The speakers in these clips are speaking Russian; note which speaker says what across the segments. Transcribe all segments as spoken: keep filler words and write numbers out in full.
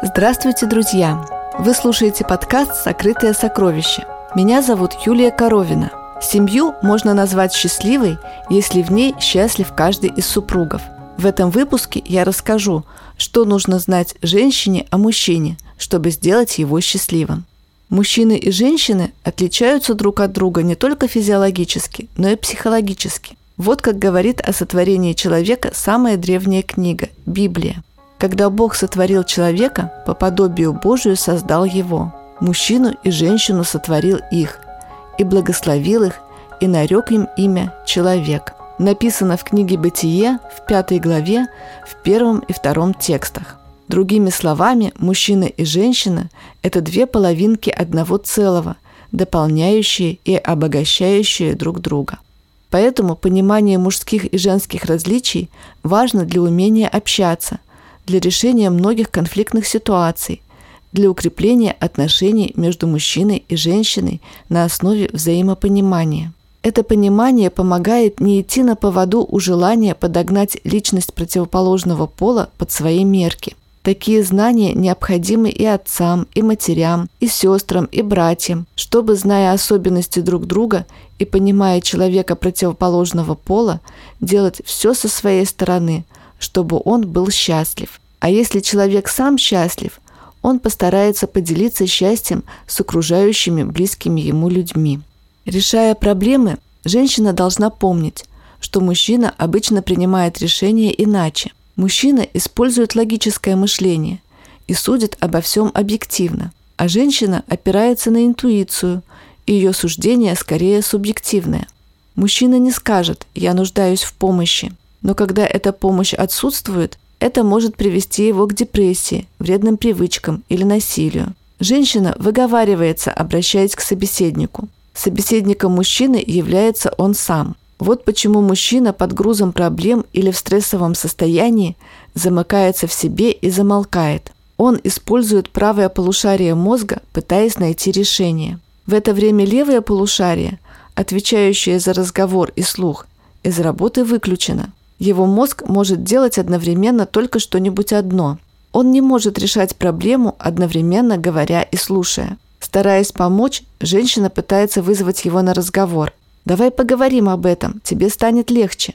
Speaker 1: Здравствуйте, друзья! Вы слушаете подкаст «Сокрытые сокровища». Меня зовут Юлия Коровина. Семью можно назвать счастливой, если в ней счастлив каждый из супругов. В этом выпуске я расскажу, что нужно знать женщине о мужчине, чтобы сделать его счастливым. Мужчины и женщины отличаются друг от друга не только физиологически, но и психологически. Вот как говорит о сотворении человека самая древняя книга – Библия. Когда Бог сотворил человека, по подобию Божию создал его. Мужчину и женщину сотворил их, и благословил их, и нарек им имя «Человек». Написано в книге «Бытие» в пятой главе, в первом и втором текстах. Другими словами, мужчина и женщина – это две половинки одного целого, дополняющие и обогащающие друг друга. Поэтому понимание мужских и женских различий важно для умения общаться, для решения многих конфликтных ситуаций, для укрепления отношений между мужчиной и женщиной на основе взаимопонимания. Это понимание помогает не идти на поводу у желания подогнать личность противоположного пола под свои мерки. Такие знания необходимы и отцам, и матерям, и сестрам, и братьям, чтобы, зная особенности друг друга и понимая человека противоположного пола, делать все со своей стороны, чтобы он был счастлив. А если человек сам счастлив, он постарается поделиться счастьем с окружающими близкими ему людьми. Решая проблемы, женщина должна помнить, что мужчина обычно принимает решения иначе. Мужчина использует логическое мышление и судит обо всем объективно, а женщина опирается на интуицию, и ее суждение скорее субъективное. Мужчина не скажет «я нуждаюсь в помощи», но когда эта помощь отсутствует, это может привести его к депрессии, вредным привычкам или насилию. Женщина выговаривается, обращаясь к собеседнику. Собеседником мужчины является он сам. Вот почему мужчина под грузом проблем или в стрессовом состоянии замыкается в себе и замолкает. Он использует правое полушарие мозга, пытаясь найти решение. В это время левое полушарие, отвечающее за разговор и слух, из работы выключено. Его мозг может делать одновременно только что-нибудь одно. Он не может решать проблему, одновременно говоря и слушая. Стараясь помочь, женщина пытается вызвать его на разговор. «Давай поговорим об этом, тебе станет легче».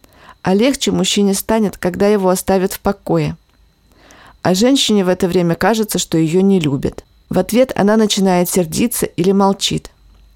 Speaker 1: А легче мужчине станет, когда его оставят в покое. А женщине в это время кажется, что ее не любят. В ответ она начинает сердиться или молчит.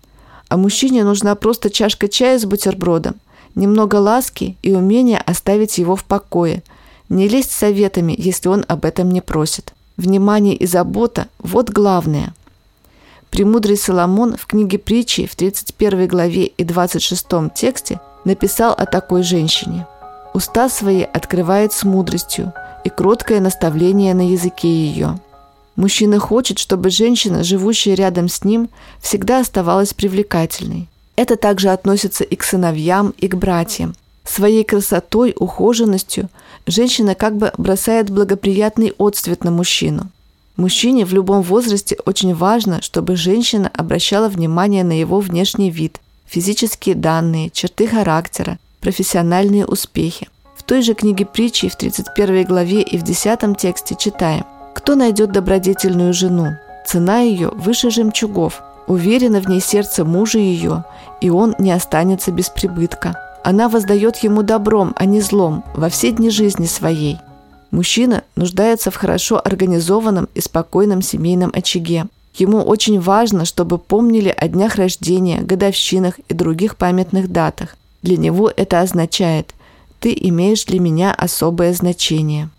Speaker 1: А мужчине нужна просто чашка чая с бутербродом, немного ласки и умение оставить его в покое, не лезть советами, если он об этом не просит. Внимание и забота – вот главное. Премудрый Соломон в книге Притчи в тридцать первой главе и двадцать шестом тексте написал о такой женщине. «Уста свои открывает с мудростью, и кроткое наставление на языке ее». Мужчина хочет, чтобы женщина, живущая рядом с ним, всегда оставалась привлекательной. Это также относится и к сыновьям, и к братьям. Своей красотой, ухоженностью женщина как бы бросает благоприятный отсвет на мужчину. Мужчине в любом возрасте очень важно, чтобы женщина обращала внимание на его внешний вид, физические данные, черты характера, профессиональные успехи. В той же книге Притчи в тридцать первой главе и в десятом тексте читаем: «Кто найдет добродетельную жену? Цена ее выше жемчугов. Уверено в ней сердце мужа ее, и он не останется без прибытка. Она воздает ему добром, а не злом, во все дни жизни своей». Мужчина нуждается в хорошо организованном и спокойном семейном очаге. Ему очень важно, чтобы помнили о днях рождения, годовщинах и других памятных датах. Для него это означает «ты имеешь для меня особое значение».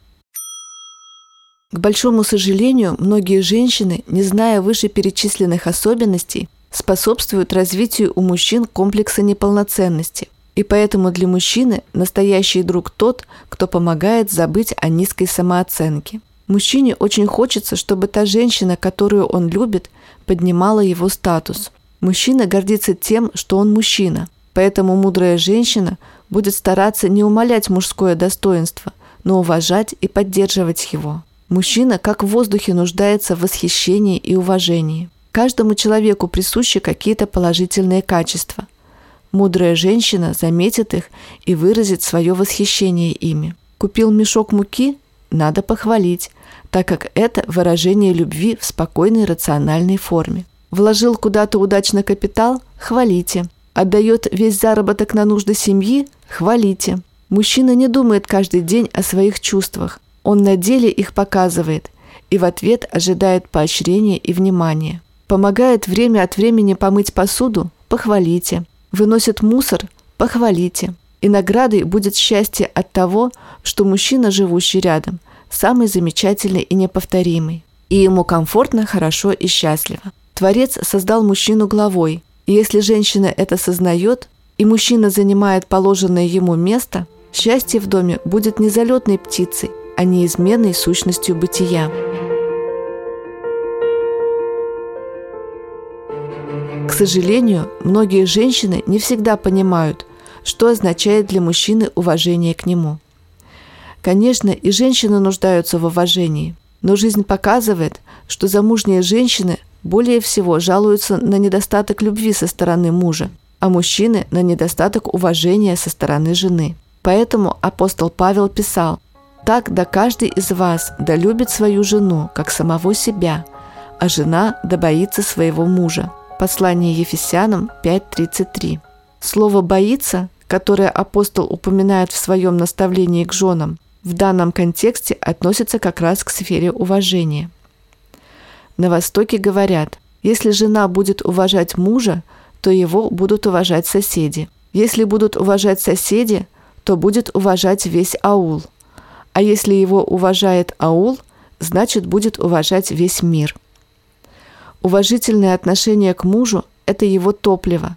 Speaker 1: К большому сожалению, многие женщины, не зная вышеперечисленных особенностей, способствуют развитию у мужчин комплекса неполноценности. И поэтому для мужчины настоящий друг тот, кто помогает забыть о низкой самооценке. Мужчине очень хочется, чтобы та женщина, которую он любит, поднимала его статус. Мужчина гордится тем, что он мужчина. Поэтому мудрая женщина будет стараться не умалять мужское достоинство, но уважать и поддерживать его. Мужчина, как в воздухе, нуждается в восхищении и уважении. Каждому человеку присущи какие-то положительные качества. Мудрая женщина заметит их и выразит свое восхищение ими. Купил мешок муки надо похвалить, так как это выражение любви в спокойной рациональной форме. Вложил куда-то удачно капитал – хвалите. Отдает весь заработок на нужды семьи – хвалите. Мужчина не думает каждый день о своих чувствах. Он на деле их показывает и в ответ ожидает поощрения и внимания. Помогает время от времени помыть посуду – похвалите. Выносит мусор – похвалите. И наградой будет счастье от того, что мужчина, живущий рядом, самый замечательный и неповторимый. И ему комфортно, хорошо и счастливо. Творец создал мужчину главой, и если женщина это сознает, и мужчина занимает положенное ему место, счастье в доме будет не залетной птицей, а неизменной сущностью бытия. К сожалению, многие женщины не всегда понимают, что означает для мужчины уважение к нему. Конечно, и женщины нуждаются в уважении, но жизнь показывает, что замужние женщины более всего жалуются на недостаток любви со стороны мужа, а мужчины – на недостаток уважения со стороны жены. Поэтому апостол Павел писал: «Так да каждый из вас да любит свою жену, как самого себя, а жена да боится своего мужа». Послание Ефесянам пять тридцать три. Слово «боится», которое апостол упоминает в своем наставлении к женам, в данном контексте относится как раз к сфере уважения. На Востоке говорят: если жена будет уважать мужа, то его будут уважать соседи. Если будут уважать соседи, то будет уважать весь аул. А если его уважает аул, значит будет уважать весь мир. Уважительное отношение к мужу – это его топливо.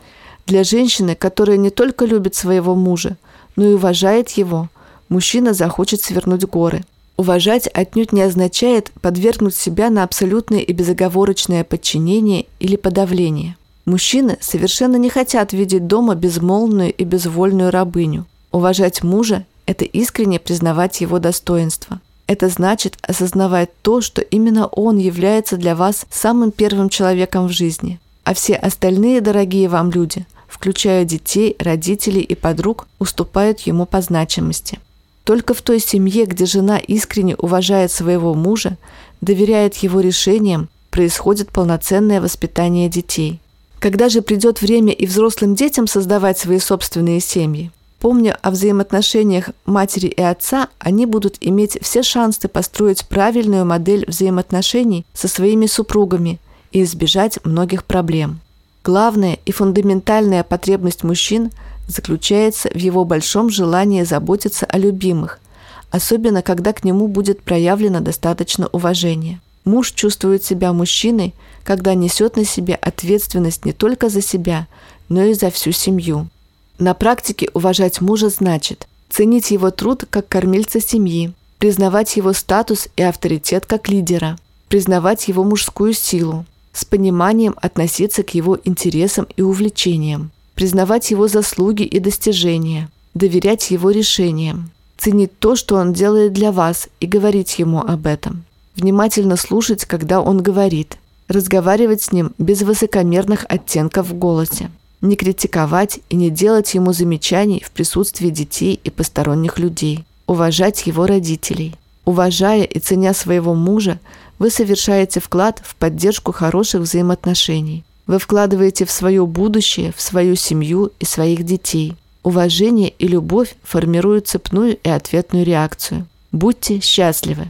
Speaker 1: Для женщины, которая не только любит своего мужа, но и уважает его, мужчина захочет свернуть горы. Уважать отнюдь не означает подвергнуть себя на абсолютное и безоговорочное подчинение или подавление. Мужчины совершенно не хотят видеть дома безмолвную и безвольную рабыню. Уважать мужа – это искренне признавать его достоинство. Это значит осознавать то, что именно он является для вас самым первым человеком в жизни, а все остальные дорогие вам люди, включая детей, родителей и подруг, уступают ему по значимости. Только в той семье, где жена искренне уважает своего мужа, доверяет его решениям, происходит полноценное воспитание детей. Когда же придет время и взрослым детям создавать свои собственные семьи, помня о взаимоотношениях матери и отца, они будут иметь все шансы построить правильную модель взаимоотношений со своими супругами и избежать многих проблем. Главная и фундаментальная потребность мужчин заключается в его большом желании заботиться о любимых, особенно когда к нему будет проявлено достаточно уважения. Муж чувствует себя мужчиной, когда несет на себе ответственность не только за себя, но и за всю семью. На практике уважать мужа значит ценить его труд как кормильца семьи, признавать его статус и авторитет как лидера, признавать его мужскую силу, с пониманием относиться к его интересам и увлечениям, признавать его заслуги и достижения, доверять его решениям, ценить то, что он делает для вас, и говорить ему об этом, внимательно слушать, когда он говорит, разговаривать с ним без высокомерных оттенков в голосе, не критиковать и не делать ему замечаний в присутствии детей и посторонних людей, уважать его родителей. Уважая и ценя своего мужа, вы совершаете вклад в поддержку хороших взаимоотношений. Вы вкладываете в свое будущее, в свою семью и своих детей. Уважение и любовь формируют цепную и ответную реакцию. Будьте счастливы!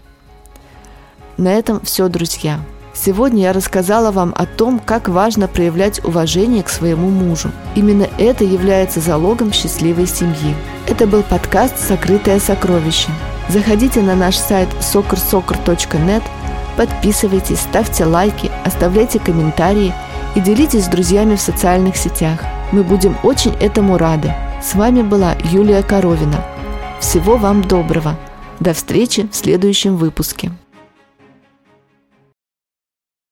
Speaker 1: На этом все, друзья. Сегодня я рассказала вам о том, как важно проявлять уважение к своему мужу. Именно это является залогом счастливой семьи. Это был подкаст «Сокрытое сокровище». Заходите на наш сайт сокр сокр точка нет, подписывайтесь, ставьте лайки, оставляйте комментарии и делитесь с друзьями в социальных сетях. Мы будем очень этому рады. С вами была Юлия Коровина. Всего вам доброго. До встречи в следующем выпуске.